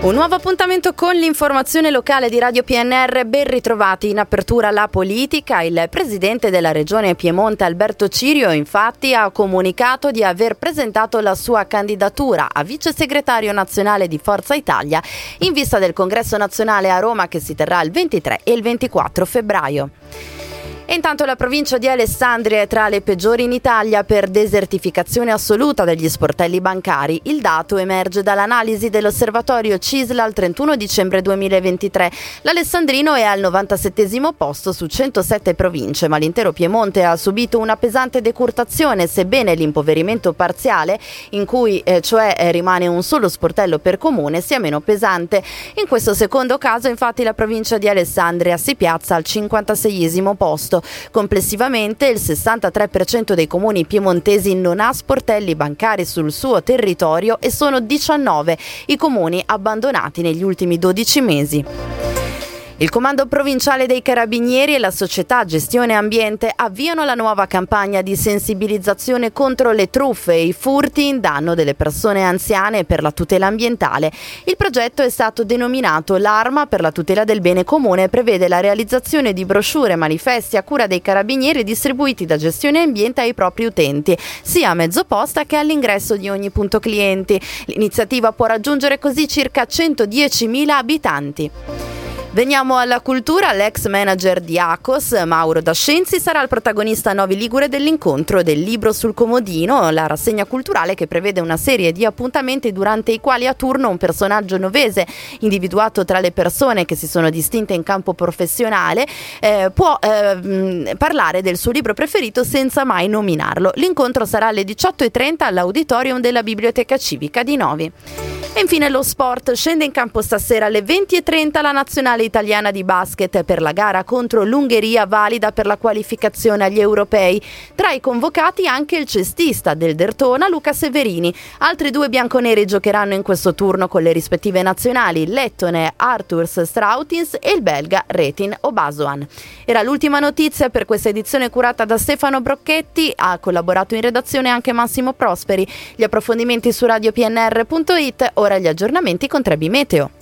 Un nuovo appuntamento con l'informazione locale di Radio PNR, ben ritrovati in apertura la politica. Il presidente della regione Piemonte Alberto Cirio infatti ha comunicato di aver presentato la sua candidatura a vice segretario nazionale di Forza Italia in vista del congresso nazionale a Roma che si terrà il 23 e il 24 febbraio. E intanto la provincia di Alessandria è tra le peggiori in Italia per desertificazione assoluta degli sportelli bancari. Il dato emerge dall'analisi dell'osservatorio CISL al 31 dicembre 2023. L'Alessandrino è al 97° posto su 107 province, ma l'intero Piemonte ha subito una pesante decurtazione, sebbene l'impoverimento parziale, in cui rimane un solo sportello per comune, sia meno pesante. In questo secondo caso, infatti, la provincia di Alessandria si piazza al 56° posto. Complessivamente il 63% dei comuni piemontesi non ha sportelli bancari sul suo territorio e sono 19 i comuni abbandonati negli ultimi 12 mesi. Il Comando Provinciale dei Carabinieri e la società Gestione Ambiente avviano la nuova campagna di sensibilizzazione contro le truffe e i furti in danno delle persone anziane per la tutela ambientale. Il progetto è stato denominato L'Arma per la tutela del bene comune e prevede la realizzazione di brochure e manifesti a cura dei carabinieri distribuiti da Gestione Ambiente ai propri utenti, sia a mezzo posta che all'ingresso di ogni punto clienti. L'iniziativa può raggiungere così circa 110.000 abitanti. Veniamo alla cultura. L'ex manager di Akos, Mauro Dascenzi, sarà il protagonista a Novi Ligure dell'incontro del Libro sul Comodino, la rassegna culturale che prevede una serie di appuntamenti durante i quali a turno un personaggio novese, individuato tra le persone che si sono distinte in campo professionale, può parlare del suo libro preferito senza mai nominarlo. L'incontro sarà alle 18:30 all'auditorium della Biblioteca Civica di Novi. E infine lo sport. Scende in campo stasera alle 20:30 la nazionale italiana di basket per la gara contro l'Ungheria valida per la qualificazione agli europei. Tra i convocati anche il cestista del Derthona Luca Severini. Altri due bianconeri giocheranno in questo turno con le rispettive nazionali, il lettone Arturs Strautins e il belga Retin Obasoan. Era l'ultima notizia per questa edizione curata da Stefano Brocchetti. Ha collaborato in redazione anche Massimo Prosperi. Gli approfondimenti su radiopnr.it. Ora gli aggiornamenti con Trebi Meteo.